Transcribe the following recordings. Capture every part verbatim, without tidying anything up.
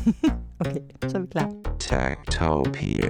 Okay, så er vi klar. Techtopia.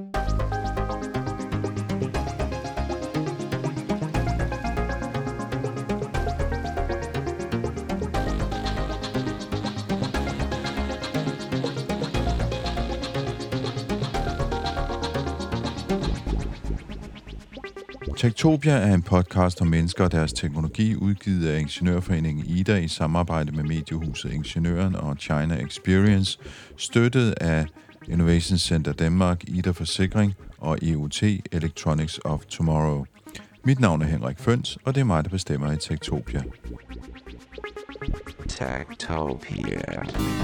Techtopia er en podcast om mennesker og deres teknologi, udgivet af Ingeniørforeningen IDA i samarbejde med mediehuset Ingeniøren og China Experience, støttet af Innovation Center Danmark, IDA Forsikring og E U T Electronics of Tomorrow. Mit navn er Henrik Føns, og det er mig, der bestemmer i Techtopia. Techtopia.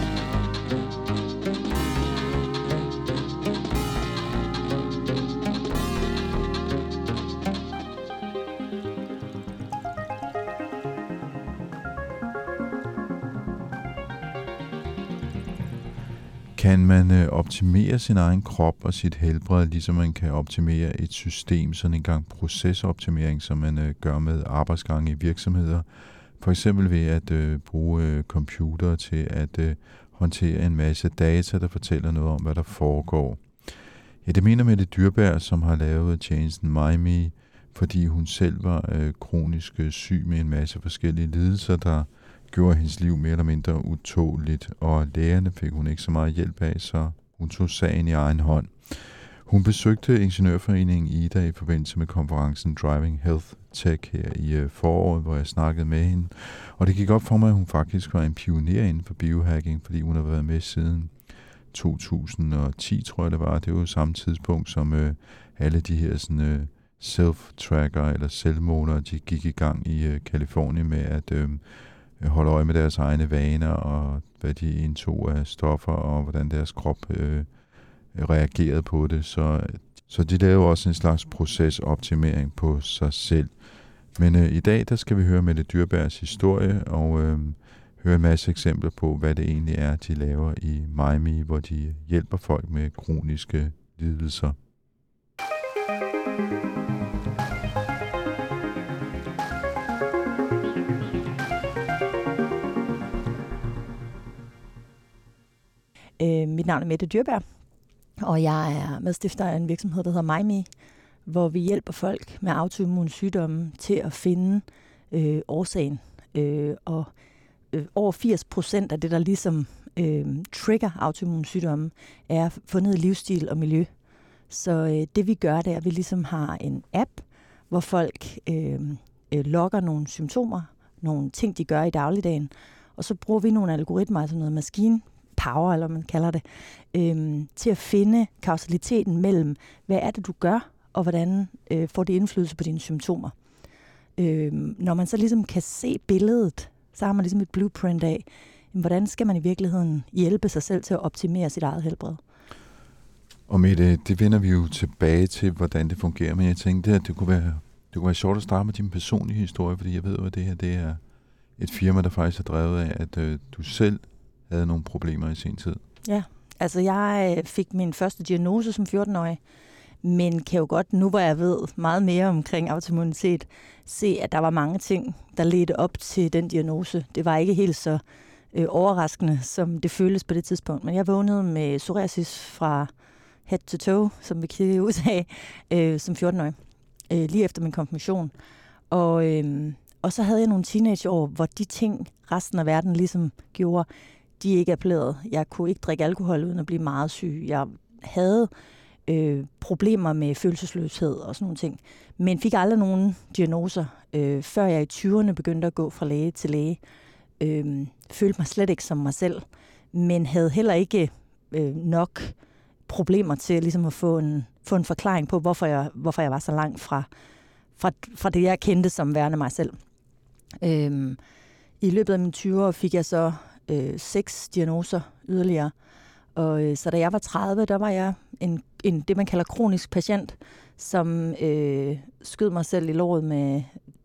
Kan man øh, optimere sin egen krop og sit helbred, ligesom man kan optimere et system, sådan en gang procesoptimering, som man øh, gør med arbejdsgange i virksomheder? For eksempel ved at øh, bruge øh, computer til at øh, håndtere en masse data, der fortæller noget om, hvad der foregår. Ja, det mener Mette Dyrberg, som har lavet tjenesten MyMe, fordi hun selv var øh, kronisk syg med en masse forskellige lidelser, der gjorde hendes liv mere eller mindre utåligt, og lægerne fik hun ikke så meget hjælp af, så hun tog sagen i egen hånd. Hun besøgte Ingeniørforeningen IDA i forbindelse med konferencen Driving Health Tech her i foråret, hvor jeg snakkede med hende. Og det gik op for mig, at hun faktisk var en pioner inden for biohacking, fordi hun har været med siden to tusind og ti, tror jeg det var. Det var jo samme tidspunkt, som øh, alle de her sådan, øh, self-tracker eller selvmåler, de gik i gang i øh, Californien med at øh, holde øje med deres egne vaner, og hvad de indtog af stoffer, og hvordan deres krop øh, reagerede på det. Så, så de lavede også en slags procesoptimering på sig selv. Men øh, i dag, der skal vi høre Mette Dyrbergs historie, og øh, høre en masse eksempler på, hvad det egentlig er, de laver i MyMe, hvor de hjælper folk med kroniske lidelser. Øh, mit navn er Mette Dyrberg, og jeg er medstifter af en virksomhed, der hedder MyMe, hvor vi hjælper folk med autoimmune sygdomme til at finde øh, årsagen. Øh, og øh, over firs procent af det, der ligesom øh, trigger autoimmune sygdomme, er fundet i livsstil og miljø. Så øh, det vi gør, det er, at vi ligesom har en app, hvor folk øh, øh, logger nogle symptomer, nogle ting, de gør i dagligdagen, og så bruger vi nogle algoritmer, altså noget maskine, power, eller man kalder det, øhm, til at finde kausaliteten mellem, hvad er det, du gør, og hvordan øh, får det indflydelse på dine symptomer. Øhm, når man så ligesom kan se billedet, så har man ligesom et blueprint af, jamen, hvordan skal man i virkeligheden hjælpe sig selv til at optimere sit eget helbred. Og med det, det vender vi jo tilbage til, hvordan det fungerer, men jeg tænkte, at det kunne være, det kunne være sjovt at starte med din personlige historie, fordi jeg ved jo, at det her det er et firma, der faktisk er drevet af, at øh, du selv havde nogle problemer i sin tid. Ja, altså jeg fik min første diagnose som fjorten-årig, men kan jo godt, nu hvor jeg ved meget mere omkring autoimmunitet, se, at der var mange ting, der ledte op til den diagnose. Det var ikke helt så øh, overraskende, som det føltes på det tidspunkt. Men jeg vågnede med psoriasis fra head to toe, som vi kigger ud af, øh, som fjorten-årig, øh, lige efter min konfirmation. Og, øh, og så havde jeg nogle teenageår, hvor de ting, resten af verden ligesom gjorde, de ikke appellerede. Jeg kunne ikke drikke alkohol uden at blive meget syg. Jeg havde øh, problemer med følelsesløshed og sådan nogle ting, men fik aldrig nogen diagnoser, øh, før jeg i tyverne begyndte at gå fra læge til læge. Øh, følte mig slet ikke som mig selv, men havde heller ikke øh, nok problemer til ligesom at få en, få en forklaring på, hvorfor jeg, hvorfor jeg var så langt fra, fra, fra det, jeg kendte som værende mig selv. Øh, I løbet af mine tyvere fik jeg så Øh, seks diagnoser yderligere. Og øh, så da jeg var tredive, der var jeg en, en det, man kalder kronisk patient, som øh, skød mig selv i låret med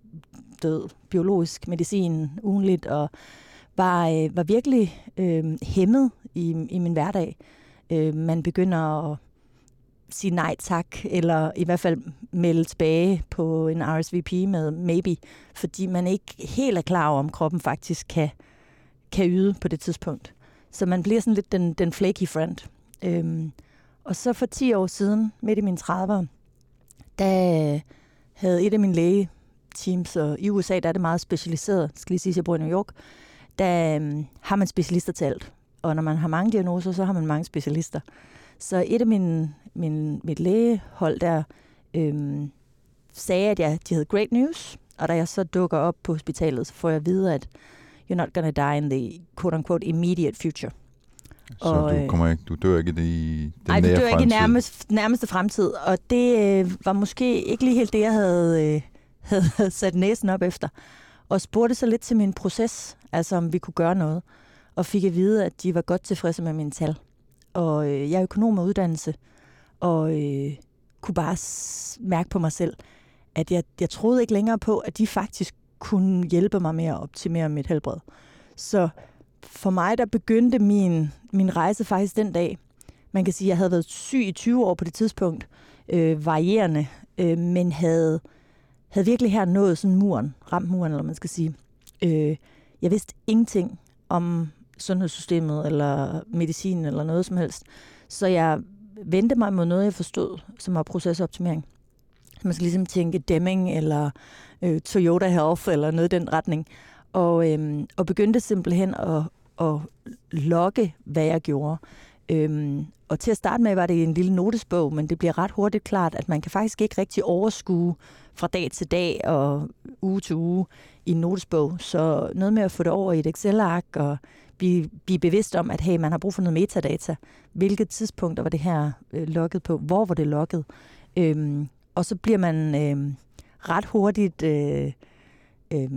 død biologisk medicin ugenligt, og var, øh, var virkelig øh, hæmmet i, i min hverdag. Øh, man begynder at sige nej tak, eller i hvert fald melde tilbage på en R S V P med maybe, fordi man ikke helt er klar over, om kroppen faktisk kan kan yde på det tidspunkt. Så man bliver sådan lidt den, den flaky friend. Øhm, og så for ti år siden, midt i mine tredivere, der havde et af mine lægeteams, og i U S A der er det meget specialiseret, skal lige sige, at jeg bor i New York, der øhm, har man specialister til alt. Og når man har mange diagnoser, så har man mange specialister. Så et af mine, min, mit lægehold der øhm, sagde, at jeg, de havde great news, og da jeg så dukker op på hospitalet, så får jeg at vide, at you're not gonna die in the quote-unquote immediate future. Så og, du, kommer ikke, du dør ikke i den nej, nære fremtid? Nej, du dør ikke i nærmest, nærmeste fremtid, og det øh, var måske ikke lige helt det, jeg havde, øh, havde sat næsen op efter. Og spurgte så lidt til min proces, altså om vi kunne gøre noget, og fik at vide, at de var godt tilfredse med mine tal. Og øh, jeg er økonom med uddannelse, og øh, kunne bare s- mærke på mig selv, at jeg, jeg troede ikke længere på, at de faktisk kunne hjælpe mig med at optimere mit helbred. Så for mig, der begyndte min, min rejse faktisk den dag. Man kan sige, at jeg havde været syg i tyve år på det tidspunkt, øh, varierende, øh, men havde, havde virkelig her nået sådan muren, ramt muren, eller man skal sige. Øh, jeg vidste ingenting om sundhedssystemet, eller medicin, eller noget som helst. Så jeg vendte mig mod noget, jeg forstod, som var procesoptimering. Man skal ligesom tænke Deming, eller øh, Toyota Health, eller noget i den retning. Og, øhm, og begyndte simpelthen at, at logge, hvad jeg gjorde. Øhm, og til at starte med var det en lille notesbog, men det bliver ret hurtigt klart, at man kan faktisk ikke rigtig overskue fra dag til dag og uge til uge i en notesbog. Så noget med at få det over i et Excel-ark og blive, blive bevidst om, at hey, man har brug for noget metadata. Hvilket tidspunkter var det her øh, logget på? Hvor var det logget? Øhm, og så bliver man øh, ret hurtigt... Øh, øh,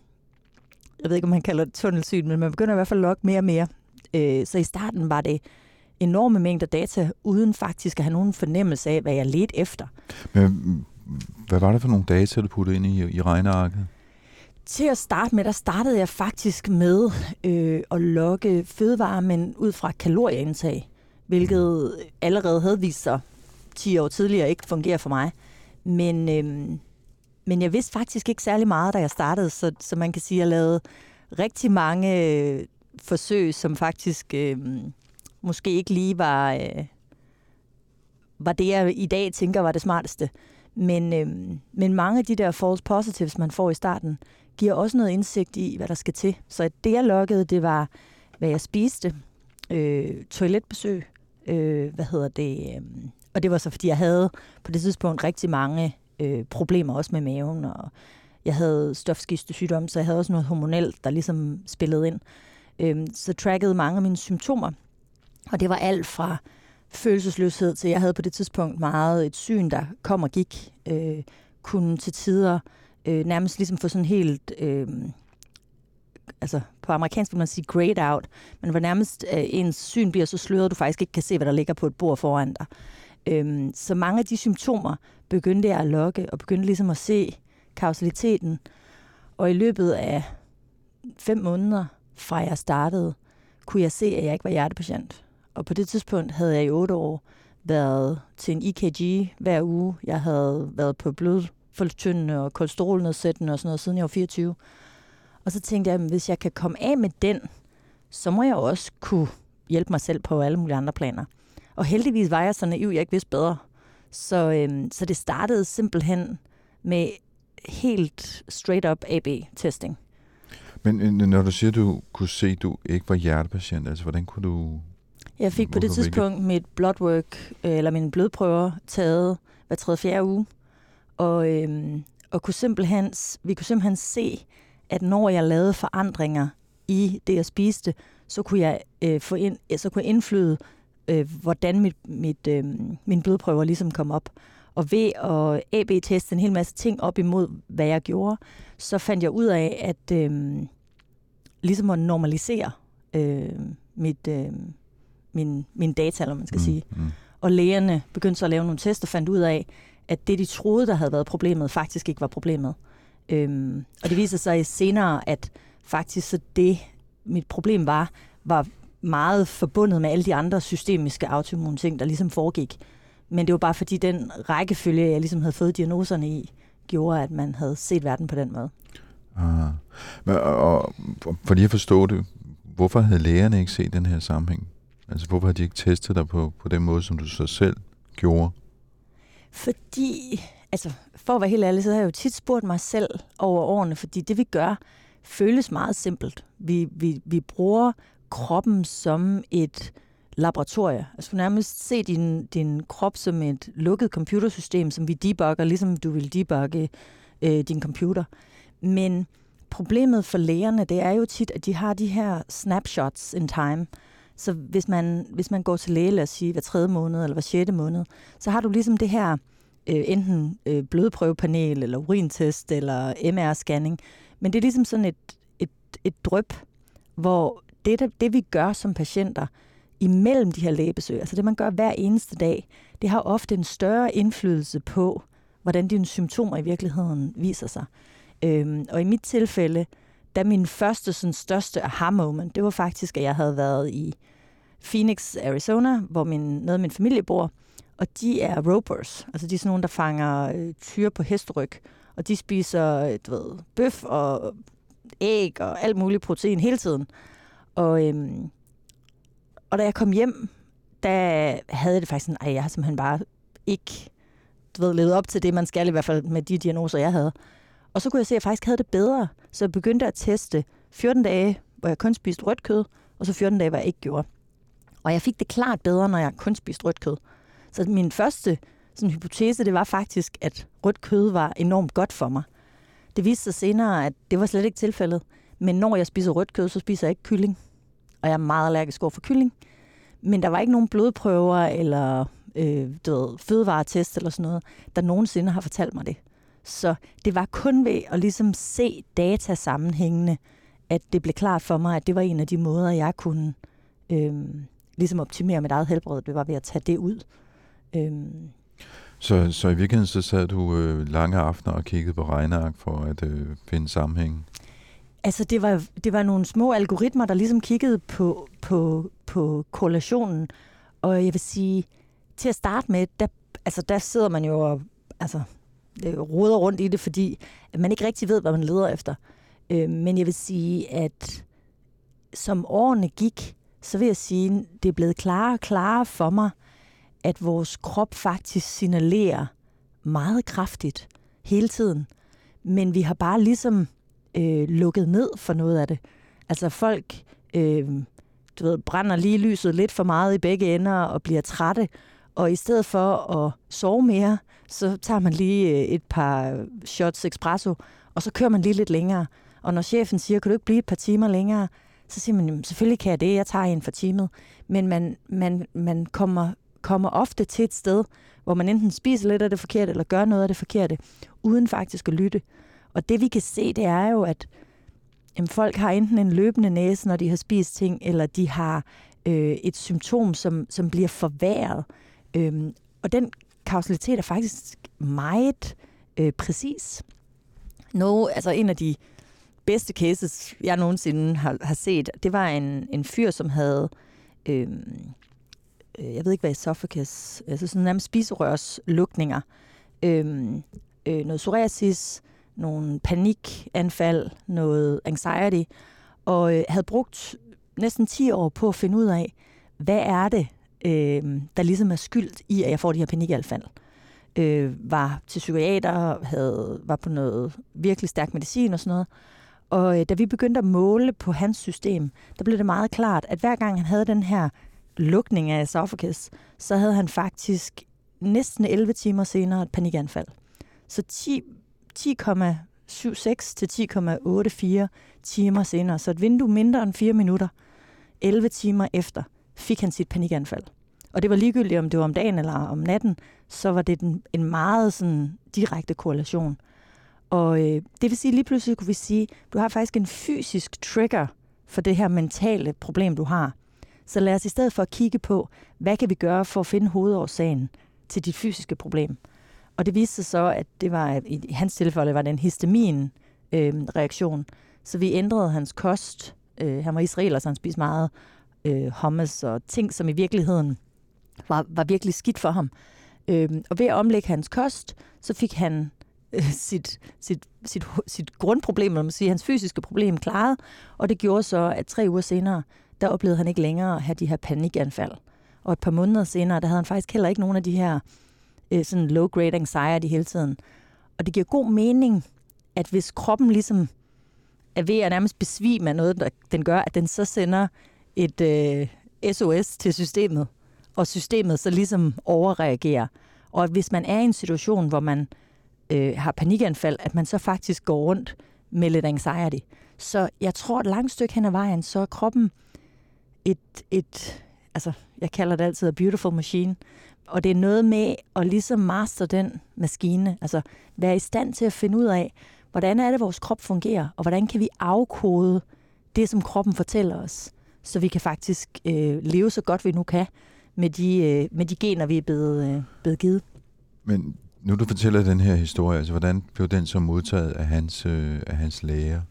jeg ved ikke, om man kalder det tunnelsyn, men man begynder i hvert fald at logge mere og mere. Øh, så i starten var det enorme mængder data, uden faktisk at have nogen fornemmelse af, hvad jeg ledte efter. Men hvad var det for nogle data, du puttede ind i, i regnearket? Til at starte med, der startede jeg faktisk med øh, at logge fødevarer, men ud fra kalorieindtag, hvilket allerede havde vist sig ti år tidligere ikke fungerer for mig. Men... Øh, Men jeg vidste faktisk ikke særlig meget, da jeg startede, så, så man kan sige, at jeg lavede rigtig mange øh, forsøg, som faktisk øh, måske ikke lige var, øh, var det, jeg i dag tænker var det smarteste. Men, øh, men mange af de der false positives, man får i starten, giver også noget indsigt i, hvad der skal til. Så det, jeg loggede, det var, hvad jeg spiste, øh, toiletbesøg, øh, hvad hedder det, øh, og det var så, fordi jeg havde på det tidspunkt rigtig mange Øh, problemer også med maven, og jeg havde stofskiftesygdomme, så jeg havde også noget hormonelt, der ligesom spillede ind. Øh, så trackede mange af mine symptomer, og det var alt fra følelsesløshed til, jeg havde på det tidspunkt meget et syn, der kom og gik, øh, kunne til tider øh, nærmest ligesom få sådan helt, øh, altså på amerikansk vil man sige grayed out, men var nærmest øh, ens syn bliver så sløret, at du faktisk ikke kan se, hvad der ligger på et bord foran dig. Øhm, så mange af de symptomer begyndte jeg at logge, og begyndte ligesom at se kausaliteten. Og i løbet af fem måneder fra jeg startede, kunne jeg se, at jeg ikke var hjertepatient. Og på det tidspunkt havde jeg i otte år været til en E K G hver uge. Jeg havde været på blodfortyndende og kolesterolnedsættende og sådan noget, siden jeg var fireogtyve. Og så tænkte jeg, at hvis jeg kan komme af med den, så må jeg også kunne hjælpe mig selv på alle mulige andre planer. Og heldigvis var jeg så naiv, jeg ikke vidste bedre. Så, øhm, så det startede simpelthen med helt straight up A B-testing. Men når du siger, at du kunne se, at du ikke var hjertepatient, altså hvordan kunne du... Jeg fik på det tidspunkt ikke? mit bloodwork, eller mine blodprøver, taget hver tredje fjerde uge. Og, øhm, og kunne simpelthen, vi kunne simpelthen se, at når jeg lavede forandringer i det, jeg spiste, så kunne jeg, øh, få ind, så kunne jeg indflyde, øh, hvordan mit, mit, øh, mine blodprøver ligesom kom op. Og ved at A B-teste en hel masse ting op imod, hvad jeg gjorde, så fandt jeg ud af, at øh, ligesom at normalisere øh, mit, øh, min, min data, eller man skal mm, sige. Mm. Og lægerne begyndte så at lave nogle tester og fandt ud af, at det, de troede, der havde været problemet, faktisk ikke var problemet. Øhm, og det viser sig senere, at faktisk så det, mit problem var, var meget forbundet med alle de andre systemiske autoimmune ting, der ligesom foregik. Men det var bare fordi den rækkefølge, jeg ligesom havde fået diagnoserne i, gjorde, at man havde set verden på den måde. Ah. Men, og, og for lige at forstå det, hvorfor havde lægerne ikke set den her sammenhæng? Altså, hvorfor har de ikke testet dig på, på den måde, som du så selv gjorde? Fordi, altså for at være helt ærlig, så har jeg jo tit spurgt mig selv over årene, fordi det vi gør, føles meget simpelt. Vi, vi, vi bruger kroppen som et laboratorie. Altså du nærmest se din, din krop som et lukket computersystem, som vi debugger, ligesom du vil debugge øh, din computer. Men problemet for lægerne, det er jo tit, at de har de her snapshots in time. Så hvis man, hvis man går til læge, lad os sige, hver tredje måned eller hver sjette måned, så har du ligesom det her øh, enten øh, blodprøvepanel, eller urintest, eller M R-scanning. Men det er ligesom sådan et, et, et dryp, hvor det, der, det, vi gør som patienter imellem de her lægebesøg, altså det, man gør hver eneste dag, det har ofte en større indflydelse på, hvordan dine symptomer i virkeligheden viser sig. Øhm, og i mit tilfælde, da min første, sådan, største aha-moment, det var faktisk, at jeg havde været i Phoenix, Arizona, hvor min, noget af min familie bor, og de er ropers, altså de er sådan nogle, der fanger øh, tyre på hesteryg, og de spiser, du ved, bøf og æg og alt muligt protein hele tiden. Og, øhm, og da jeg kom hjem, der havde jeg det faktisk sådan, ej, jeg har simpelthen bare ikke, du ved, levet op til det, man skal i hvert fald med de diagnoser, jeg havde. Og så kunne jeg se, at jeg faktisk havde det bedre, så jeg begyndte at teste fjorten dage, hvor jeg kun spiste rødt kød, og så fjorten dage, hvor jeg ikke gjorde. Og jeg fik det klart bedre, når jeg kun spiste rødt kød. Så min første sådan, hypotese, det var faktisk, at rødt kød var enormt godt for mig. Det viste sig senere, at det var slet ikke tilfældet. Men når jeg spiser rødt kød, så spiser jeg ikke kylling. Og jeg er meget allergisk over for kylling. Men der var ikke nogen blodprøver eller øh, du ved, fødevaretest eller sådan noget, der nogensinde har fortalt mig det. Så det var kun ved at ligesom se data sammenhængende, at det blev klart for mig, at det var en af de måder, jeg kunne øh, ligesom optimere mit eget helbred. Det var ved at tage det ud. Øh. Så, så i virkeligheden så sad du øh, lange aftener og kiggede på regneark for at øh, finde sammenhæng? Altså det var, det var nogle små algoritmer, der ligesom kiggede på, på, på korrelationen. Og jeg vil sige, til at starte med, der, altså der sidder man jo og altså, roder rundt i det, fordi man ikke rigtig ved, hvad man leder efter. Øh, men jeg vil sige, at som årene gik, så vil jeg sige, det er blevet klarere og klarere for mig, at vores krop faktisk signalerer meget kraftigt hele tiden. Men vi har bare ligesom øh, lukket ned for noget af det. Altså folk øh, du ved, brænder lige lyset lidt for meget i begge ender og bliver trætte. Og i stedet for at sove mere, så tager man lige et par shots espresso, og så kører man lige lidt længere. Og når chefen siger, kan du ikke blive et par timer længere, så siger man, selvfølgelig kan jeg det, jeg tager en for timet. Men man, man, man kommer, kommer ofte til et sted, hvor man enten spiser lidt af det forkerte, eller gør noget af det forkerte, uden faktisk at lytte. Og det vi kan se, det er jo, at jamen, folk har enten en løbende næse, når de har spist ting, eller de har øh, et symptom, som, som bliver forværret. Øhm, og den kausalitet er faktisk meget øh, præcis. No, altså en af de bedste cases, jeg nogensinde har, har set, det var en, en fyr, som havde, øh, jeg ved ikke hvad esophagus, altså sådan nærmest spiserørslukninger, øh, øh, noget psoriasis, nogle panikanfald, noget anxiety, og øh, havde brugt næsten ti år på at finde ud af, hvad er det, øh, der ligesom er skyldt i, at jeg får de her panikanfald. Øh, var til psykiater, havde, var på noget virkelig stærk medicin og sådan noget. Og øh, da vi begyndte at måle på hans system, der blev det meget klart, at hver gang han havde den her lukning af esophagus, så havde han faktisk næsten elleve timer senere et panikanfald. Så ti komma syv seks til ti komma otte fire timer senere, så et vindue mindre end fire minutter, elleve timer efter, fik han sit panikanfald. Og det var ligegyldigt, om det var om dagen eller om natten, så var det den, en meget sådan, direkte korrelation. Og øh, det vil sige, lige pludselig kunne vi sige, du har faktisk en fysisk trigger for det her mentale problem, du har. Så lad os i stedet for at kigge på, hvad kan vi gøre for at finde hovedårsagen til dit fysiske problem. Og det viste sig så, at det var, i hans tilfælde var det en histamin-reaktion. Øh, så vi ændrede hans kost. Øh, han var israeler, så han spiste meget øh, hummus og ting, som i virkeligheden var, var virkelig skidt for ham. Øh, og ved at omlægge hans kost, så fik han øh, sit, sit, sit, sit grundproblem, eller man sige, hans fysiske problem klaret, og det gjorde så, at tre uger senere, der oplevede han ikke længere at have de her panikanfald. Og et par måneder senere, der havde han faktisk heller ikke nogen af de her øh, sådan low-grade anxiety hele tiden. Og det giver god mening, at hvis kroppen ligesom er ved at nærmest besvime af noget, der den gør, at den så sender et øh, S O S til systemet, og systemet så ligesom overreagerer. Og at hvis man er i en situation, hvor man øh, har panikanfald, at man så faktisk går rundt med lidt anxiety. Så jeg tror, et langt stykke hen ad vejen, så er kroppen et, et, altså jeg kalder det altid a beautiful machine, og det er noget med at ligesom master den maskine, altså være i stand til at finde ud af, hvordan er det, vores krop fungerer, og hvordan kan vi afkode det, som kroppen fortæller os, så vi kan faktisk øh, leve så godt, vi nu kan, med de, øh, med de gener, vi er blevet, øh, blevet givet. Men nu du fortæller den her historie, altså hvordan blev den så modtaget af hans, øh, af hans læger?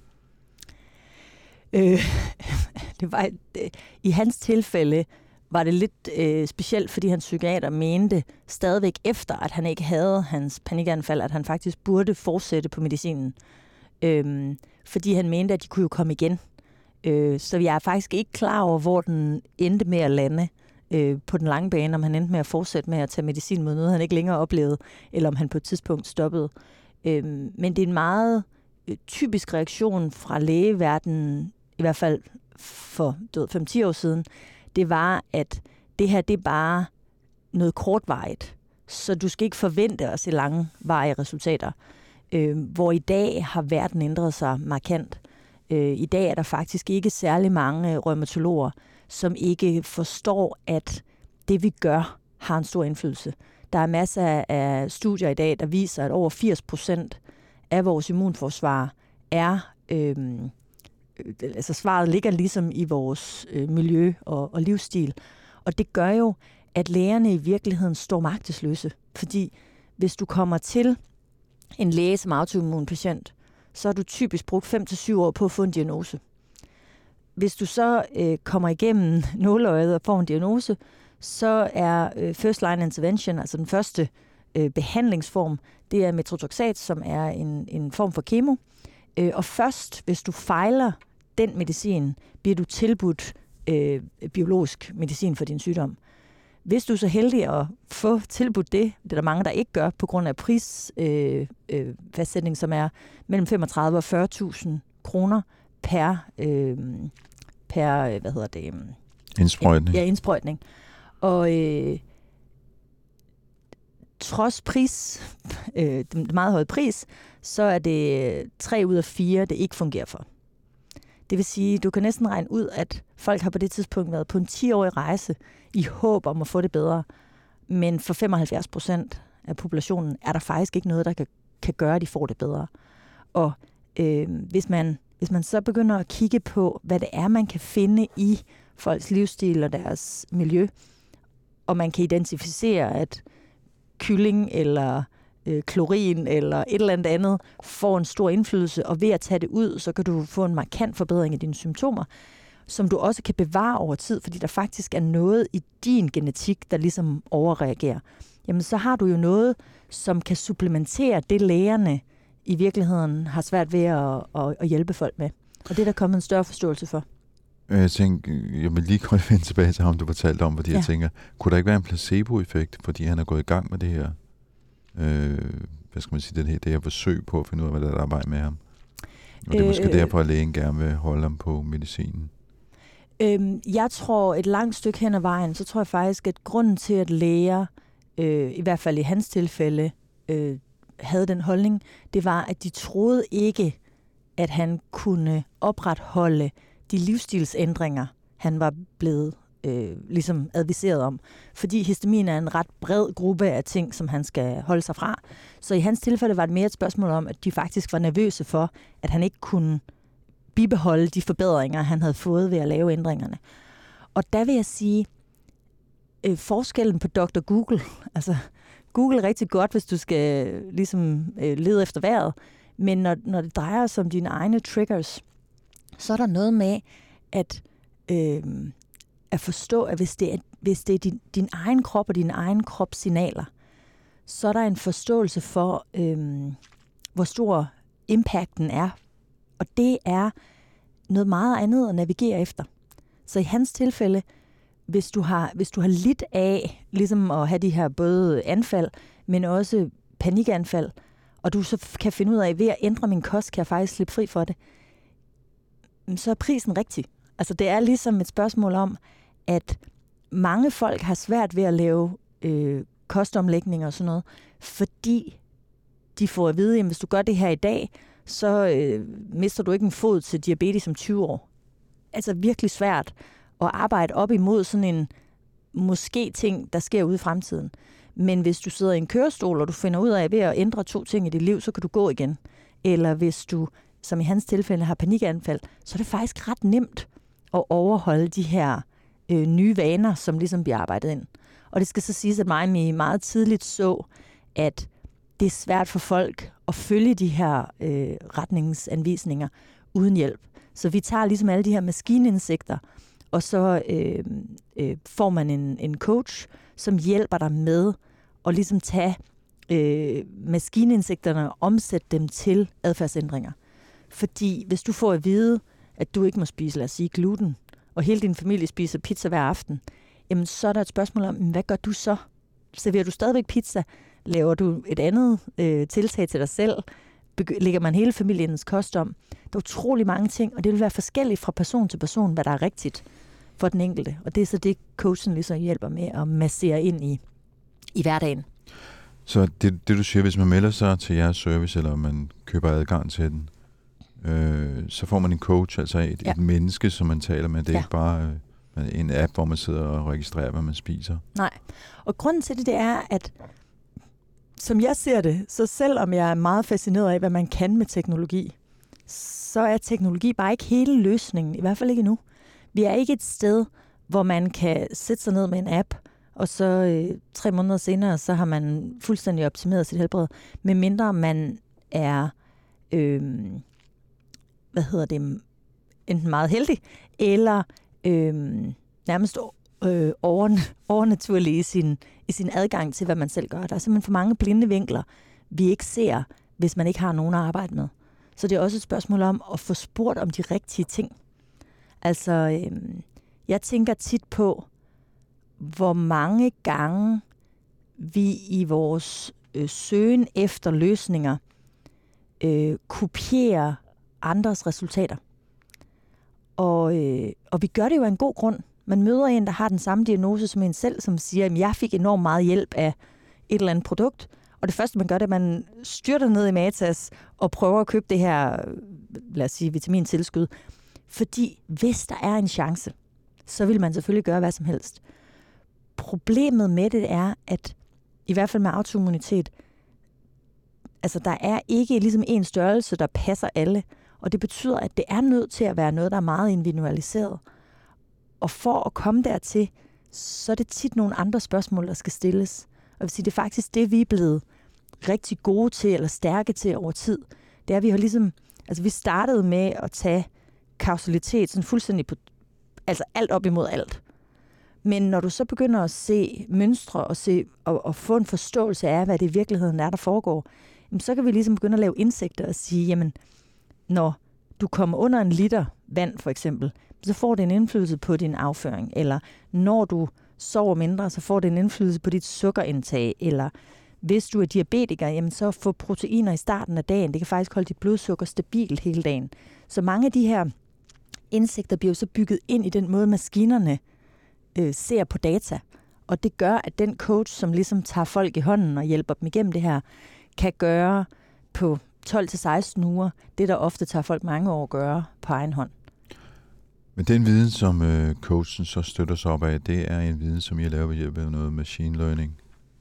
Øh, det var, øh, I hans tilfælde var det lidt øh, specielt, fordi hans psykiater mente stadigvæk efter, at han ikke havde hans panikanfald, at han faktisk burde fortsætte på medicinen. Øh, fordi han mente, at de kunne jo komme igen. Øh, så jeg er faktisk ikke klar over, hvor den endte med at lande øh, på den lange bane, om han endte med at fortsætte med at tage medicin mod noget, han ikke længere oplevede, eller om han på et tidspunkt stoppede. Øh, men det er en meget øh, typisk reaktion fra lægeverdenen, i hvert fald for fem til ti år siden, det var, at det her, det er bare noget kortvarigt. Så du skal ikke forvente at se langvarige resultater. Øh, hvor i dag har verden ændret sig markant. Øh, I dag er der faktisk ikke særlig mange rheumatologer, som ikke forstår, at det vi gør, har en stor indflydelse. Der er masser af studier i dag, der viser, at over firs procent af vores immunforsvar er... Øh, altså svaret ligger ligesom i vores øh, miljø og, og livsstil. Og det gør jo, at lægerne i virkeligheden står magtesløse. Fordi hvis du kommer til en læge som autoimmun patient, så har du typisk brugt fem til syv år på at få en diagnose. Hvis du så øh, kommer igennem nåleøjet og får en diagnose, så er øh, first line intervention, altså den første øh, behandlingsform, det er methotrexat, som er en, en form for kemo. Øh, og først, hvis du fejler den medicin, bliver du tilbudt øh, biologisk medicin for din sygdom. Hvis du er så heldig at få tilbudt det, det er der mange, der ikke gør, på grund af prisfastsætning, øh, øh, som er mellem femogtredive og fyrre tusind kroner per, øh, per hvad hedder det? Indsprøjtning. Ja, indsprøjtning. Og øh, trods pris, øh, den meget høje pris, så er det tre ud af fire, det ikke fungerer for. Det vil sige, du kan næsten regne ud, at folk har på det tidspunkt været på en ti-årig rejse i håb om at få det bedre. Men for femoghalvfjerds procent af populationen er der faktisk ikke noget, der kan, kan gøre, at de får det bedre. Og øh, hvis, man, hvis man så begynder at kigge på, hvad det er, man kan finde i folks livsstil og deres miljø, og man kan identificere, at kylling eller øh, klorin eller et eller andet andet får en stor indflydelse, og ved at tage det ud, så kan du få en markant forbedring af dine symptomer, som du også kan bevare over tid, fordi der faktisk er noget i din genetik, der ligesom overreagerer. Jamen så har du jo noget, som kan supplementere det, lægerne i virkeligheden har svært ved at, at, at hjælpe folk med. Og det er der kommet en større forståelse for. Jeg tænker, jeg vil lige godt vende tilbage til ham, du fortalte om, fordi ja. jeg tænker, kunne der ikke være en placebo-effekt, fordi han er gået i gang med det her, øh, hvad skal man sige, det her, det her forsøg på at finde ud af, hvad der er vej med ham? Og det er måske øh, derfor, at lægen gerne vil holde ham på medicinen. Øh, jeg tror, et langt stykke hen ad vejen, så tror jeg faktisk, at grunden til, at læger, øh, i hvert fald i hans tilfælde, øh, havde den holdning, det var, at de troede ikke, at han kunne opretholde de livsstilsændringer, han var blevet øh, ligesom adviseret om. Fordi histamin er en ret bred gruppe af ting, som han skal holde sig fra. Så i hans tilfælde var det mere et spørgsmål om, at de faktisk var nervøse for, at han ikke kunne bibeholde de forbedringer, han havde fået ved at lave ændringerne. Og der vil jeg sige, øh, forskellen på doktor Google, altså Google er rigtig godt, hvis du skal ligesom øh, lede efter vejret, men når, når det drejer sig om dine egne triggers, så er der noget med at, øh, at forstå, at hvis det er, hvis det er din, din egen krop og dine egen kropssignaler, så er der en forståelse for, øh, hvor stor impacten er. Og det er noget meget andet at navigere efter. Så i hans tilfælde, hvis du har, hvis du har lidt af ligesom at have de her både anfald, men også panikanfald, og du så kan finde ud af, at ved at ændre min kost, kan jeg faktisk slippe fri for det, så er prisen rigtig. Altså det er ligesom et spørgsmål om, at mange folk har svært ved at lave øh, kostomlægninger og sådan noget, fordi de får at vide, at hvis du gør det her i dag, så øh, mister du ikke en fod til diabetes om tyve år. Altså virkelig svært at arbejde op imod sådan en måske ting, der sker ude i fremtiden. Men hvis du sidder i en kørestol, og du finder ud af, at ved at ændre to ting i dit liv, så kan du gå igen. Eller hvis du, som i hans tilfælde, har panikanfald, så er det faktisk ret nemt at overholde de her øh, nye vaner, som ligesom bliver arbejdet ind. Og det skal så siges, at mig meget tidligt så, at det er svært for folk at følge de her øh, retningsanvisninger uden hjælp. Så vi tager ligesom alle de her maskinindsigter, og så øh, øh, får man en, en coach, som hjælper dig med at ligesom tage øh, maskinindsigterne og omsætte dem til adfærdsændringer. Fordi hvis du får at vide, at du ikke må spise, lad os sige, gluten, og hele din familie spiser pizza hver aften, jamen så er der et spørgsmål om, hvad gør du så? Serverer du stadigvæk pizza? Laver du et andet øh, tiltag til dig selv? Begy- lægger man hele familiens kost om? Der er utrolig mange ting, og det vil være forskelligt fra person til person, hvad der er rigtigt for den enkelte. Og det er så det, coachen ligesom hjælper med at massere ind i, i hverdagen. Så det, det du siger, hvis man melder sig til jeres service, eller man køber adgang til den, øh, så får man en coach, altså et, ja. et menneske, som man taler med. Det er ja. ikke bare øh, en app, hvor man sidder og registrerer, hvad man spiser. Nej, og grunden til det, det er, at som jeg ser det, så selvom jeg er meget fascineret af, hvad man kan med teknologi, så er teknologi bare ikke hele løsningen, i hvert fald ikke endnu. Vi er ikke et sted, hvor man kan sætte sig ned med en app, og så øh, tre måneder senere, så har man fuldstændig optimeret sit helbred, medmindre man er, øh, hvad hedder det, enten meget heldig, eller øh, nærmest øh, overnaturlig i sin, i sin adgang til, hvad man selv gør. Der er simpelthen for mange blinde vinkler, vi ikke ser, hvis man ikke har nogen at arbejde med. Så det er også et spørgsmål om at få spurgt om de rigtige ting. Altså, øh, jeg tænker tit på, hvor mange gange vi i vores øh, søgen efter løsninger øh, kopierer andres resultater. Og, øh, og vi gør det jo af en god grund. Man møder en, der har den samme diagnose som en selv, som siger, at jeg fik enormt meget hjælp af et eller andet produkt. Og det første, man gør, det er, at man styrter ned i Matas og prøver at købe det her, lad os sige, vitamintilskud. Fordi hvis der er en chance, så vil man selvfølgelig gøre hvad som helst. Problemet med det er, at i hvert fald med autoimmunitet, altså der er ikke ligesom en størrelse, der passer alle. Og det betyder, at det er nødt til at være noget, der er meget individualiseret. Og for at komme dertil, så er det tit nogle andre spørgsmål, der skal stilles. Og jeg vil sige, det er faktisk det, vi er blevet rigtig gode til, eller stærke til over tid. Det er, at vi har ligesom, altså vi startede med at tage kausalitet sådan fuldstændig på, altså alt op imod alt. Men når du så begynder at se mønstre og, se, og, og få en forståelse af, hvad det i virkeligheden er, der foregår, jamen, så kan vi ligesom begynde at lave indsigter og sige, jamen, når du kommer under en liter vand for eksempel, så får det en indflydelse på din afføring. Eller når du sover mindre, så får det en indflydelse på dit sukkerindtag. Eller hvis du er diabetiker, jamen så få proteiner i starten af dagen. Det kan faktisk holde dit blodsukker stabilt hele dagen. Så mange af de her indsigter bliver jo så bygget ind i den måde, maskinerne øh, ser på data. Og det gør, at den coach, som ligesom tager folk i hånden og hjælper dem igennem det her, kan gøre på tolv til seksten uger, det der ofte tager folk mange år at gøre på egen hånd. Men den viden, som øh, coachen så støtter sig op af, det er en viden, som I laver ved hjælp af noget machine learning?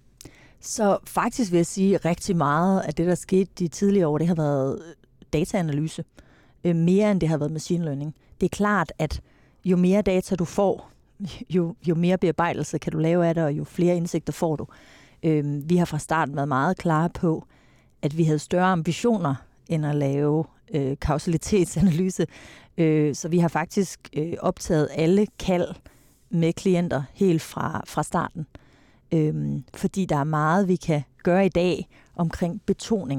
Så faktisk vil jeg sige, at rigtig meget af det, der skete de tidligere år, det har været dataanalyse. Øh, mere end det har været machine learning. Det er klart, at jo mere data du får, jo, jo mere bearbejdelse kan du lave af det, og jo flere indsigter får du. Øh, vi har fra starten været meget klare på, at vi havde større ambitioner end at lave øh, kausalitetsanalyse. Øh, så vi har faktisk øh, optaget alle kald med klienter helt fra, fra starten. Øh, fordi der er meget, vi kan gøre i dag omkring betoninger.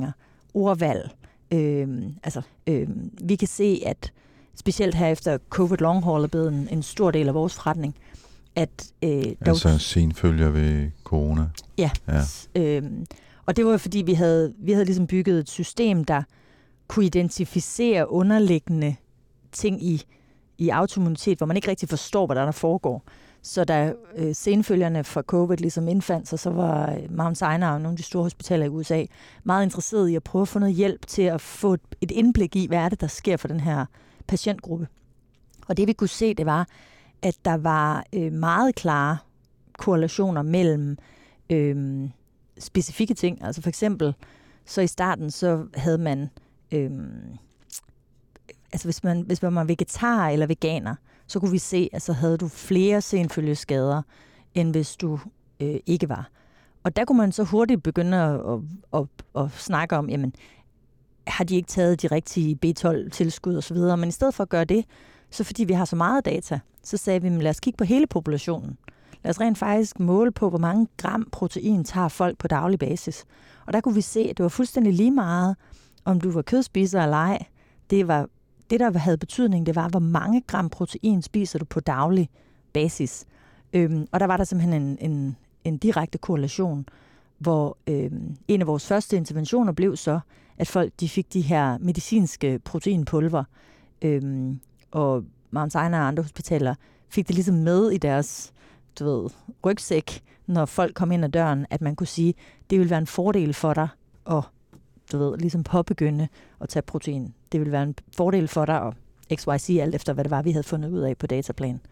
ordvalg. Øh, altså, øh, vi kan se, at specielt her efter COVID long haul er blevet en, en stor del af vores forretning, at øh, altså senfølger ved corona. Ja. ja. Øh, og det var fordi, vi havde, vi havde ligesom bygget et system, der kunne identificere underliggende ting i, i autoimmunitet, hvor man ikke rigtig forstår, hvad der, der foregår. Så da øh, senfølgerne fra COVID ligesom indfandt sig, så var Mount Sinai og nogle af de store hospitaler i U S A meget interesserede i at prøve at få noget hjælp til at få et, et indblik i, hvad er det, der sker for den her patientgruppe. Og det vi kunne se, det var, at der var øh, meget klare korrelationer mellem øh, specifikke ting. Altså for eksempel, så i starten, så havde man, øh, altså hvis man, hvis man var vegetar eller veganer, så kunne vi se, at så havde du flere senfølgeskader, end hvis du øh, ikke var. Og der kunne man så hurtigt begynde at, at, at, at snakke om, jamen, har de ikke taget de rigtige B tolv tilskud osv., men i stedet for at gøre det, så fordi vi har så meget data, så sagde vi, men lad os kigge på hele populationen. Lad os rent faktisk måle på, hvor mange gram protein tager folk på daglig basis. Og der kunne vi se, at det var fuldstændig lige meget, om du var kødspiser eller ej. Det var det, der havde betydning, det var, hvor mange gram protein spiser du på daglig basis. Øhm, og der var der simpelthen en, en, en direkte korrelation, hvor øhm, en af vores første interventioner blev så, at folk de fik de her medicinske proteinpulver, øhm, og Mount Sinai og andre hospitaler fik det ligesom med i deres du ved, rygsæk, når folk kom ind ad døren, at man kunne sige, det vil være en fordel for dig at du ved, ligesom påbegynde at tage protein. Det vil være en fordel for dig at X Y Z, alt efter hvad det var, vi havde fundet ud af på dataplan.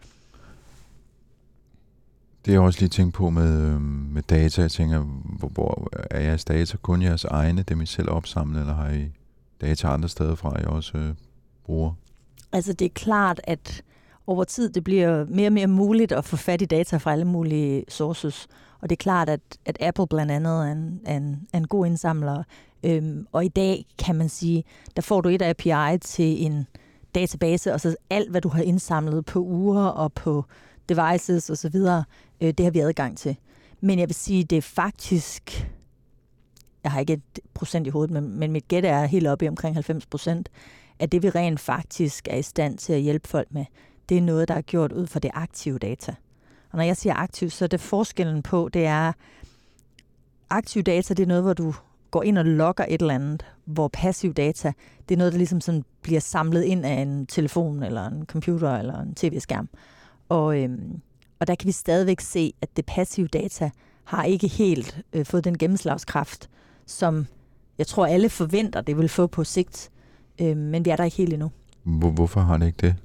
Det er jeg også lige tænkt på med, med data. Jeg tænker, hvor, hvor er jeres data kun jeres egne, dem I selv opsamlet, eller har I data andre steder fra, I også øh, bruger? Altså det er klart, at over tid det bliver mere og mere muligt at få fat i data fra alle mulige sources. Og det er klart, at, at Apple blandt andet er en, er en, er en god indsamler. Øhm, og i dag kan man sige, der får du et A P I til en database, og så alt, hvad du har indsamlet på uger og på devices osv., øh, det har vi adgang til. Men jeg vil sige, det er faktisk, jeg har ikke et procent i hovedet, men, men mit gæt er helt oppe i omkring halvfems procent, at det vi rent faktisk er i stand til at hjælpe folk med, det er noget, der er gjort ud fra det aktive data. Og når jeg siger aktiv, så er det forskellen på, det er, aktiv data, det er noget, hvor du går ind og logger et eller andet, hvor passiv data, det er noget, der ligesom sådan bliver samlet ind af en telefon, eller en computer, eller en tv-skærm. Og, øhm, og der kan vi stadigvæk se, at det passive data har ikke helt øh, fået den gennemslagskraft, som jeg tror, alle forventer, det vil få på sigt. Øh, men vi er der ikke helt endnu. Hvor, hvorfor har det ikke det?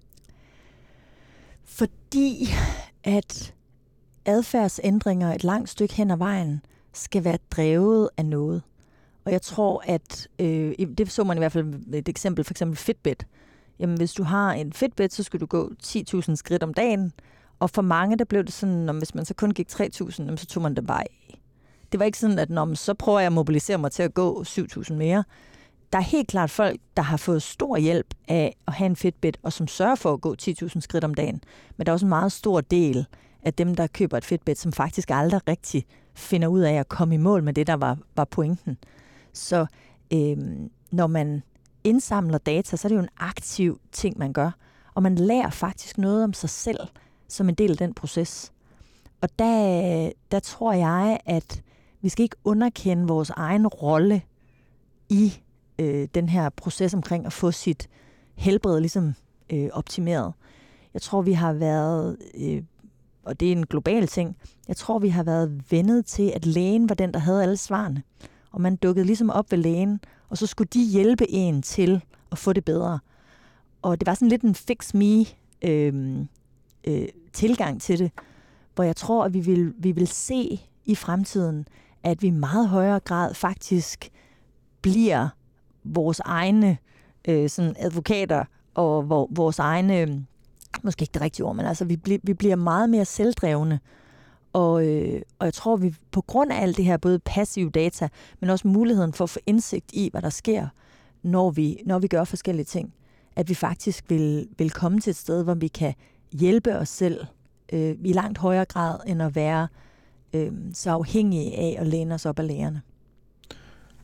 Fordi at adfærdsændringer et langt stykke hen ad vejen skal være drevet af noget. Og jeg tror, at øh, det så man i hvert fald et eksempel, for eksempel Fitbit. Jamen, hvis du har en Fitbit, så skal du gå ti tusind skridt om dagen. Og for mange, der blev det sådan, at hvis man så kun gik tre tusind, så tog man det bare af. Det var ikke sådan, at når man, så prøver jeg at mobilisere mig til at gå syv tusind mere. Der er helt klart folk, der har fået stor hjælp af at have en Fitbit, og som sørger for at gå ti tusind skridt om dagen. Men der er også en meget stor del af dem, der køber et Fitbit, som faktisk aldrig rigtig finder ud af at komme i mål med det, der var, var pointen. Så øhm, når man indsamler data, så er det jo en aktiv ting, man gør. Og man lærer faktisk noget om sig selv som en del af den proces. Og der, der tror jeg, at vi skal ikke underkende vores egen rolle i øh, den her proces omkring at få sit helbred ligesom øh, optimeret. Jeg tror, vi har været, øh, og det er en global ting, jeg tror, vi har været vendet til, at lægen var den, der havde alle svarene. Og man dukkede ligesom op ved lægen, og så skulle de hjælpe en til at få det bedre. Og det var sådan lidt en fix me øh, øh, tilgang til det, hvor jeg tror, at vi vil, vi vil se i fremtiden, at vi i meget højere grad faktisk bliver vores egne øh, sådan advokater, og hvor, vores egne, måske ikke det rigtige ord, men altså vi, bl- vi bliver meget mere selvdrevne. Og, øh, og jeg tror, vi på grund af alt det her, både passiv data, men også muligheden for at få indsigt i, hvad der sker, når vi, når vi gør forskellige ting, at vi faktisk vil, vil komme til et sted, hvor vi kan hjælpe os selv øh, i langt højere grad, end at være øh, så afhængige af at læne os op af lægerne.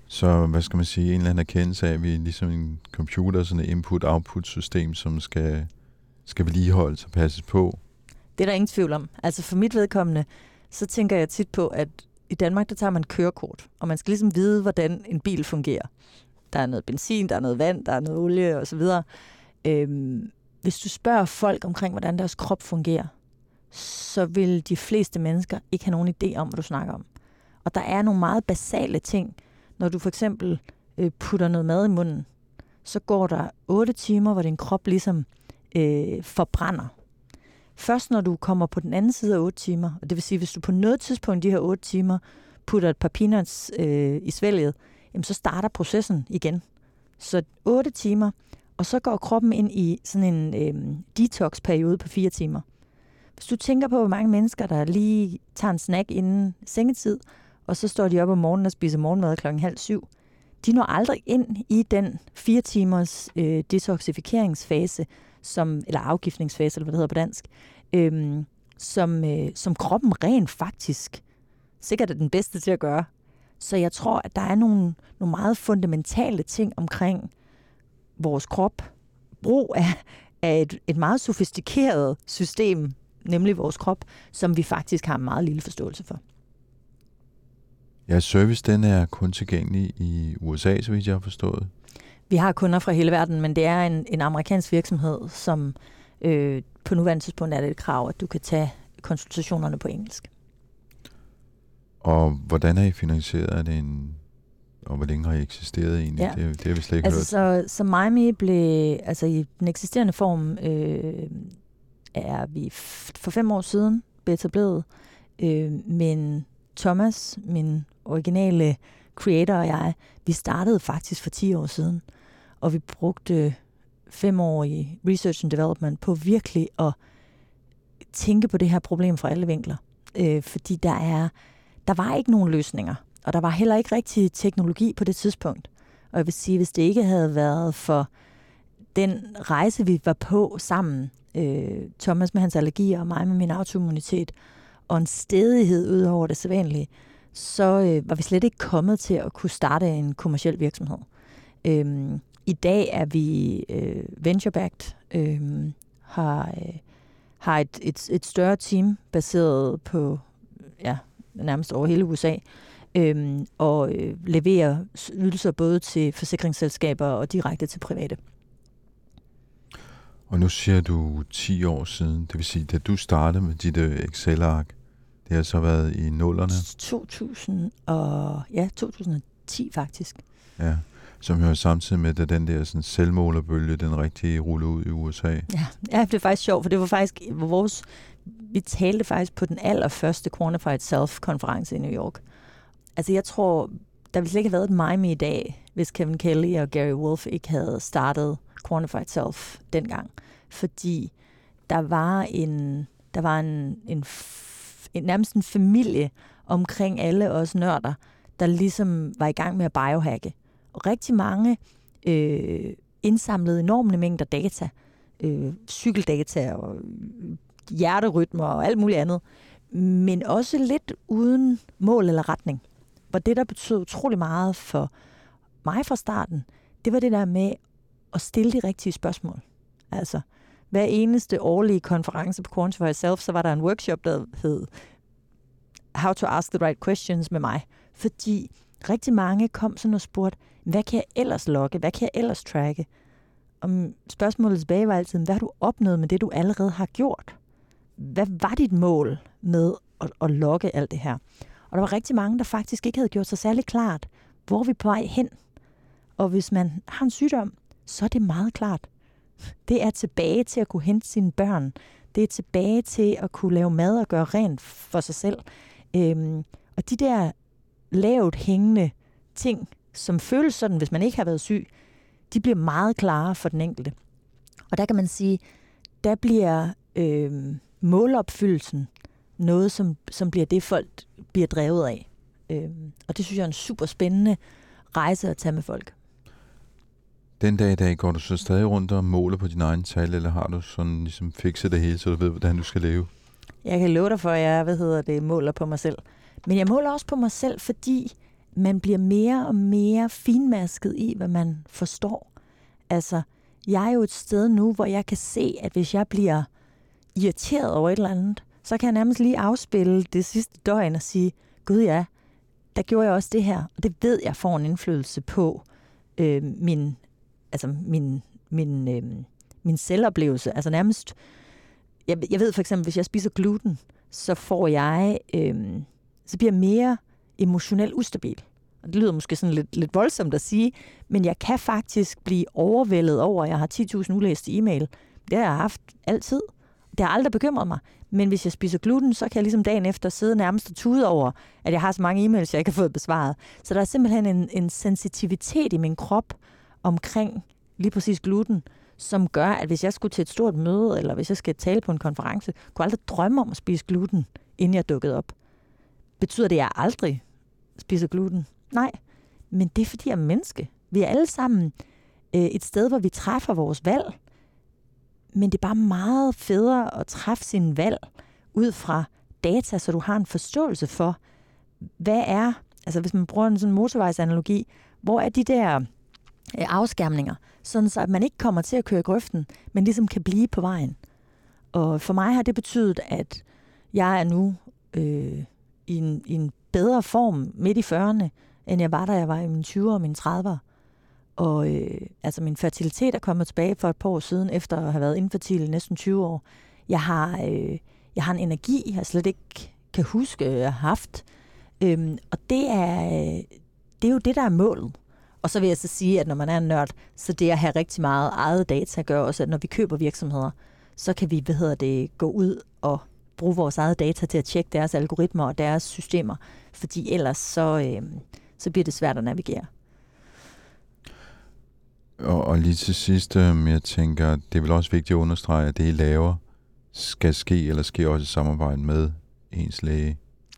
Så hvad skal man sige, en eller anden erkendelse af, at vi er ligesom en computer, sådan et input-output-system, som skal, skal vedligeholdes og passes på. Det er der ingen tvivl om. Altså for mit vedkommende, så tænker jeg tit på, at i Danmark, der tager man kørekort, og man skal ligesom vide, hvordan en bil fungerer. Der er noget benzin, der er noget vand, der er noget olie osv. Øhm, hvis du spørger folk omkring, hvordan deres krop fungerer, så vil de fleste mennesker ikke have nogen idé om, hvad du snakker om. Og der er nogle meget basale ting. Når du for eksempel øh, putter noget mad i munden, så går der otte timer, hvor din krop ligesom øh, forbrænder. Først når du kommer på den anden side af otte timer, og det vil sige, hvis du på noget tidspunkt de her otte timer putter et par peanuts øh, i svælget, jamen så starter processen igen. Så otte timer, og så går kroppen ind i sådan en øh, detox-periode på fire timer. Hvis du tænker på, hvor mange mennesker, der lige tager en snack inden sengetid, og så står de op om morgenen og spiser morgenmad klokken halv syv, de når aldrig ind i den fire timers øh, detoxifikeringsfase, som, eller afgiftningsfase, eller hvad det hedder på dansk, øhm, som, øh, som kroppen rent faktisk sikkert er den bedste til at gøre. Så jeg tror, at der er nogle, nogle meget fundamentale ting omkring vores krop. Brug af, af et, et meget sofistikeret system, nemlig vores krop, som vi faktisk har en meget lille forståelse for. Ja, service den er kun tilgængelig i U S A, så vidt jeg har forstået. Vi har kunder fra hele verden, men det er en, en amerikansk virksomhed, som øh, på nuværende tidspunkt er det et krav, at du kan tage konsultationerne på engelsk. Og hvordan er I finansieret? Er det en, og hvor længe har I eksisteret egentlig? Ja. Det, det har vi slet ikke altså, hørt. Så, så Mimi blev, altså i den eksisterende form, øh, er vi f- for fem år siden blev etableret, øh, men Thomas, min originale creator og jeg, vi startede faktisk for ti år siden, og vi brugte fem år i research and development på virkelig at tænke på det her problem fra alle vinkler. Øh, fordi der er, der var ikke nogen løsninger, og der var heller ikke rigtig teknologi på det tidspunkt. Og jeg vil sige, hvis det ikke havde været for den rejse, vi var på sammen, øh, Thomas med hans allergier og mig med min autoimmunitet, og en stædighed ud over det sædvanlige, så øh, var vi slet ikke kommet til at kunne starte en kommerciel virksomhed. Øhm, I dag er vi øh, venture-backed, øh, har, øh, har et, et, et større team baseret på ja, nærmest over hele U S A, øh, og øh, leverer ydelser både til forsikringsselskaber og direkte til private. Og nu siger du ti år siden, det vil sige, da du startede med dit Excel-ark, det har så været i nullerne? to tusind og, ja, to tusind og ti faktisk. Ja, som hører samtidig med, at den der sådan, selvmålerbølge, den rigtig ruller ud i U S A. Ja, ja, det er faktisk sjovt, for det var faktisk vores, vi talte faktisk på den allerførste Quantified Self-konference i New York. Altså jeg tror, der ville slet ikke have været et Mime i dag, hvis Kevin Kelly og Gary Wolf ikke havde startet Quantified Self dengang. Fordi der var en, der var en, en, en nærmest en familie omkring alle os nørder, der ligesom var i gang med at biohacke. Og rigtig mange øh, indsamlede enorme mængder data, øh, cykeldata og hjerterytmer og alt muligt andet, men også lidt uden mål eller retning. Og det, der betød utrolig meget for mig fra starten, det var det der med at stille de rigtige spørgsmål. Altså, hver eneste årlige konference på Quantified Self, så var der en workshop, der hed How to Ask the Right Questions med mig. Fordi rigtig mange kom sådan og spurgte, hvad kan jeg ellers logge? Hvad kan jeg ellers tracke? Og spørgsmålet tilbage var altid, hvad har du opnået med det, du allerede har gjort? Hvad var dit mål med at, at logge alt det her? Og der var rigtig mange, der faktisk ikke havde gjort sig særlig klart, hvor vi er på vej hen. Og hvis man har en sygdom, så er det meget klart. Det er tilbage til at kunne hente sine børn. Det er tilbage til at kunne lave mad og gøre rent for sig selv. Øhm, og de der lavt hængende ting, som føles sådan, hvis man ikke har været syg, de bliver meget klare for den enkelte. Og der kan man sige, der bliver øh, målopfyldelsen noget, som, som bliver det, folk bliver drevet af. Øh, og det synes jeg er en super spændende rejse at tage med folk. Den dag i dag, går du så stadig rundt og måler på dine egne tal, eller har du sådan ligesom fikset det hele, så du ved, hvordan du skal leve? Jeg kan love dig for, at jeg hvad hedder det, måler på mig selv. Men jeg måler også på mig selv, fordi man bliver mere og mere finmasket i, hvad man forstår. Altså, jeg er jo et sted nu, hvor jeg kan se, at hvis jeg bliver irriteret over et eller andet, så kan jeg nærmest lige afspille det sidste døgn og sige, gud ja, der gjorde jeg også det her. Og det ved jeg får en indflydelse på øh, min, altså min, min, øh, min selvoplevelse. Altså nærmest, jeg, jeg ved for eksempel, hvis jeg spiser gluten, så får jeg, øh, så bliver jeg mere emotionelt ustabil. Og det lyder måske sådan lidt, lidt voldsomt at sige, men jeg kan faktisk blive overvældet over, at jeg har ti tusind ulæste e-mail. Det har jeg haft altid. Det har aldrig bekymret mig. Men hvis jeg spiser gluten, så kan jeg ligesom dagen efter sidde nærmest og tude over, at jeg har så mange e-mails, jeg ikke har fået besvaret. Så der er simpelthen en, en sensitivitet i min krop omkring lige præcis gluten, som gør, at hvis jeg skulle til et stort møde, eller hvis jeg skal tale på en konference, kunne jeg aldrig drømme om at spise gluten, inden jeg dukkede op. Betyder det, at jeg aldrig spiser gluten? Nej, men det er fordi, jeg er menneske. Vi er alle sammen øh, et sted, hvor vi træffer vores valg, men det er bare meget federe at træffe sine valg ud fra data, så du har en forståelse for, hvad er, altså hvis man bruger en sådan motorvejsanalogi, hvor er de der øh, afskærmninger, sådan så at man ikke kommer til at køre i grøften, men ligesom kan blive på vejen. Og for mig har det betydet, at jeg er nu øh, i, en, i en bedre form midt i fyrrerne, end jeg var, da jeg var i mine tyvere og mine tredivere. Og øh, altså min fertilitet er kommet tilbage for et par år siden, efter at have været infertil i næsten tyve år. Jeg har, øh, jeg har en energi, jeg slet ikke kan huske, jeg har haft. Øhm, og det er, det er jo det, der er målet. Og så vil jeg så sige, at når man er en nørd, så det at have rigtig meget eget data gør også, at når vi køber virksomheder, så kan vi, hvad hedder det, gå ud og bruge vores eget data til at tjekke deres algoritmer og deres systemer. Fordi ellers så, øh, så bliver det svært at navigere. Og, og lige til sidst, øh, jeg tænker, det er vel også vigtigt at understrege, at det, I laver, skal ske, eller sker også i samarbejde med ens læge.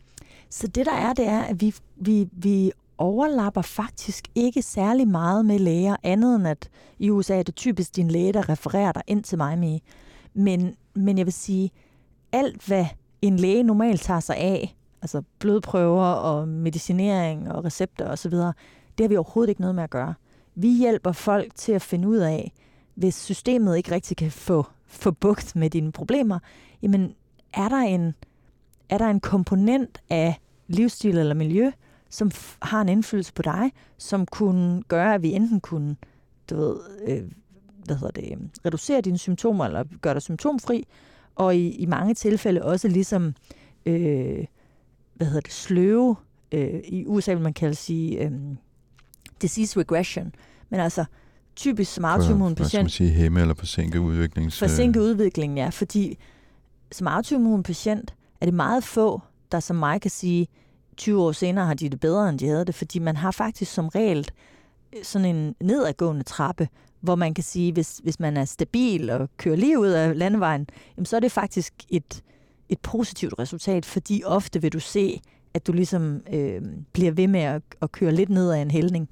Så det der er, det er, at vi, vi, vi overlapper faktisk ikke særlig meget med læger, andet end at i U S A er det typisk din læge, der refererer dig ind til mig med. Men, men jeg vil sige, alt hvad en læge normalt tager sig af, altså blodprøver og medicinering og recepter osv., det har vi overhovedet ikke noget med at gøre. Vi hjælper folk til at finde ud af, hvis systemet ikke rigtig kan få, få bugt med dine problemer, jamen er der en, er der en komponent af livsstil eller miljø, som f- har en indflydelse på dig, som kunne gøre, at vi enten kunne, du ved, øh, hvad hedder det, reducere dine symptomer eller gøre dig symptomfri, og i, i mange tilfælde også ligesom, øh, hvad hedder det, sløve, øh, i U S A vil man kalde sige, øh, disease regression, men altså typisk som autoimmun patient. Hvad skal man sige, hæmme eller forsinke udviklingen? Forsinke udviklingen, ja, fordi som autoimmun patient er det meget få, der som mig kan sige, tyve år senere har de det bedre, end de havde det, fordi man har faktisk som regel sådan en nedadgående trappe, hvor man kan sige, hvis, hvis man er stabil og kører lige ud af landevejen, jamen, så er det faktisk et, et positivt resultat, fordi ofte vil du se, at du ligesom øh, bliver ved med at, at køre lidt ned ad en hældning.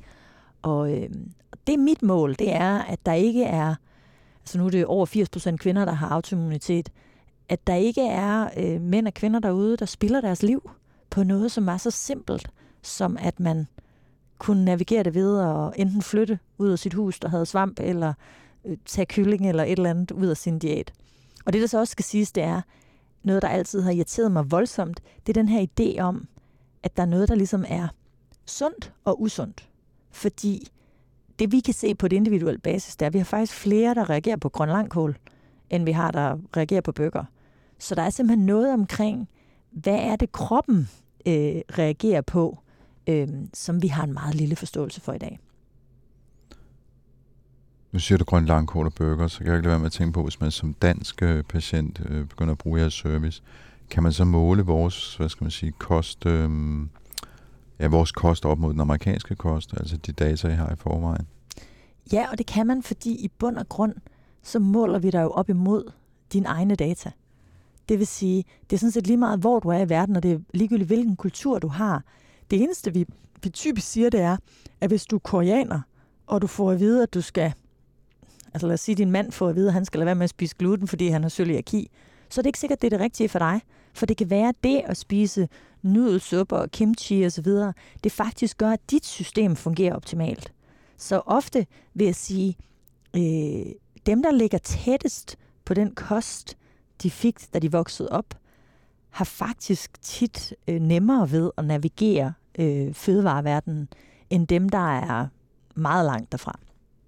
Og øh, det er mit mål, det er, at der ikke er, altså nu er det over firs procent kvinder, der har autoimmunitet, at der ikke er øh, mænd og kvinder derude, der spilder deres liv på noget, som er så simpelt, som at man kunne navigere det ved at enten flytte ud af sit hus, der havde svamp, eller øh, tage kylling eller et eller andet ud af sin diæt. Og det, der så også skal siges, det er noget, der altid har irriteret mig voldsomt, det er den her idé om, at der er noget, der ligesom er sundt og usundt. Fordi det, vi kan se på et individuelt basis, det er, at vi har faktisk flere, der reagerer på grønlangkål, end vi har, der reagerer på bøger. Så der er simpelthen noget omkring, hvad er det, kroppen øh, reagerer på, øh, som vi har en meget lille forståelse for i dag. Nu siger du grønlangkål og burger, så kan jeg ikke lade være med at tænke på, hvis man som dansk øh, patient øh, begynder at bruge jeres service, kan man så måle vores, hvad skal man sige, kost, øh, ja, vores kost op mod den amerikanske kost, altså de data, I har i forvejen? Ja, og det kan man, fordi i bund og grund, så måler vi dig jo op imod dine egne data. Det vil sige, det er sådan set lige meget, hvor du er i verden, og det er ligegyldigt, hvilken kultur du har. Det eneste, vi, vi typisk siger, det er, at hvis du er koreaner, og du får at vide, at du skal, altså lad os sige, at din mand får at vide, at han skal lade være med at spise gluten, fordi han har cøliaki, så er det ikke sikkert, det er det rigtige for dig. For det kan være, det at spise nudelsuppe og kimchi osv., det faktisk gør, at dit system fungerer optimalt. Så ofte vil jeg sige, øh, dem, der ligger tættest på den kost, de fik, da de voksede op, har faktisk tit øh, nemmere ved at navigere øh, fødevareverdenen, end dem, der er meget langt derfra.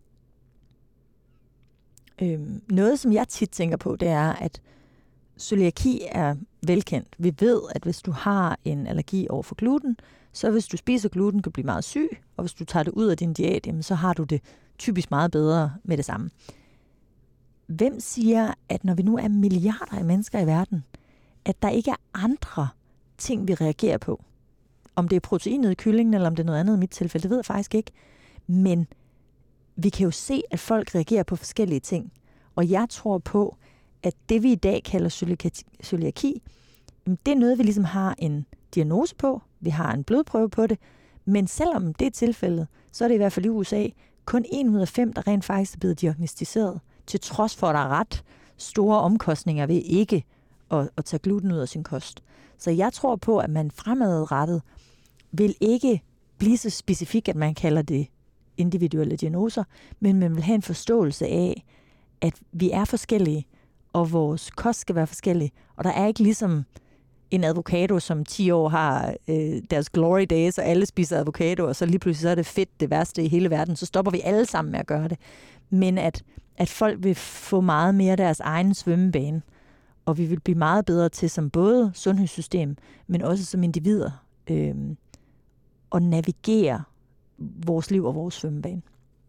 Øh, noget, som jeg tit tænker på, det er, at cøliaki er velkendt. Vi ved, at hvis du har en allergi over for gluten, så hvis du spiser gluten, kan du blive meget syg, og hvis du tager det ud af din diæt, jamen, så har du det typisk meget bedre med det samme. Hvem siger, at når vi nu er milliarder af mennesker i verden, at der ikke er andre ting, vi reagerer på? Om det er proteinet i kyllingen, eller om det er noget andet i mit tilfælde, det ved jeg faktisk ikke. Men vi kan jo se, at folk reagerer på forskellige ting. Og jeg tror på, at det vi i dag kalder cøliaki, det er noget, vi ligesom har en diagnose på. Vi har en blodprøve på det. Men selvom det er tilfældet, så er det i hvert fald i U S A kun en ud af fem, der rent faktisk er blevet diagnosticeret. Til trods for, at der er ret store omkostninger ved ikke at, at tage gluten ud af sin kost. Så jeg tror på, at man fremadrettet vil ikke blive så specifik, at man kalder det individuelle diagnoser, men man vil have en forståelse af, at vi er forskellige, og vores kost skal være forskellig. Og der er ikke ligesom en avocado, som ti år har øh, deres glory days, og alle spiser avocado, og så lige pludselig så er det fedt, det værste i hele verden. Så stopper vi alle sammen med at gøre det. Men at, at folk vil få meget mere deres egen svømmebane, og vi vil blive meget bedre til som både sundhedssystem, men også som individer, øh, at navigere vores liv og vores svømmebane.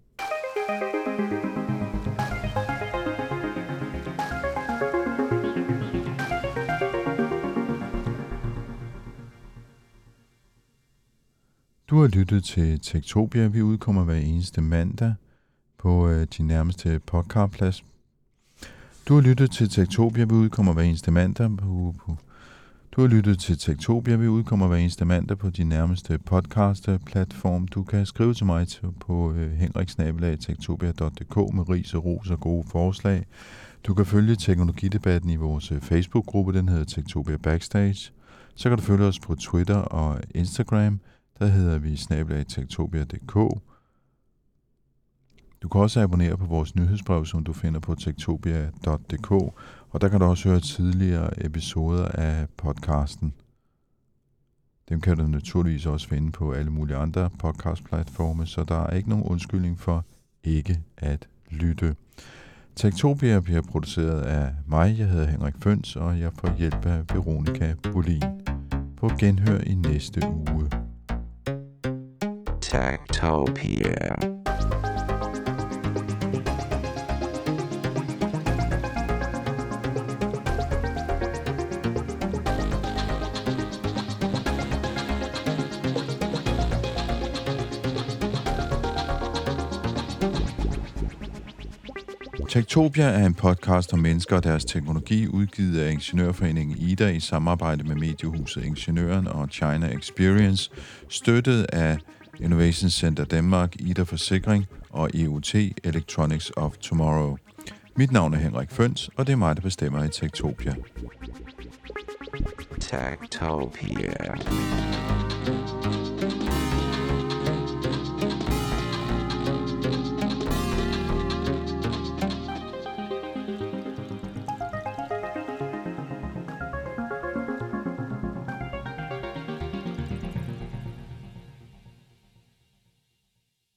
Du har lyttet til Techtopia. Vi udkommer hver eneste mandag på øh, din nærmeste podcastplads. Du har lyttet til Techtopia. Vi udkommer hver eneste mandag på, på Du har lyttet til Techtopia. Vi udkommer hver eneste mandag på din nærmeste podcast-platform. Du kan skrive til mig til, på øh, henrik snabel-a techtopia punktum d k med ris og ros og gode forslag. Du kan følge teknologidebatten i vores Facebook-gruppe. Den hedder Techtopia Backstage. Så kan du følge os på Twitter og Instagram. Der hedder vi snabel-a techtopia punktum d k. Du kan også abonnere på vores nyhedsbrev, som du finder på techtopia punktum d k, og der kan du også høre tidligere episoder af podcasten. Dem kan du naturligvis også finde på alle mulige andre podcastplatforme, så der er ikke nogen undskyldning for ikke at lytte. Techtopia bliver produceret af mig, jeg hedder Henrik Føns, og jeg får hjælp af Veronica Bolin. På genhør i næste uge. Techtopia. Techtopia er en podcast om mennesker og deres teknologi, udgivet af Ingeniørforeningen IDA i samarbejde med mediehuset Ingeniøren og China Experience, støttet af Innovation Center Danmark, IDA Forsikring og E U T Electronics of Tomorrow. Mit navn er Henrik Føns, og det er mig, der bestemmer i Techtopia. Techtopia.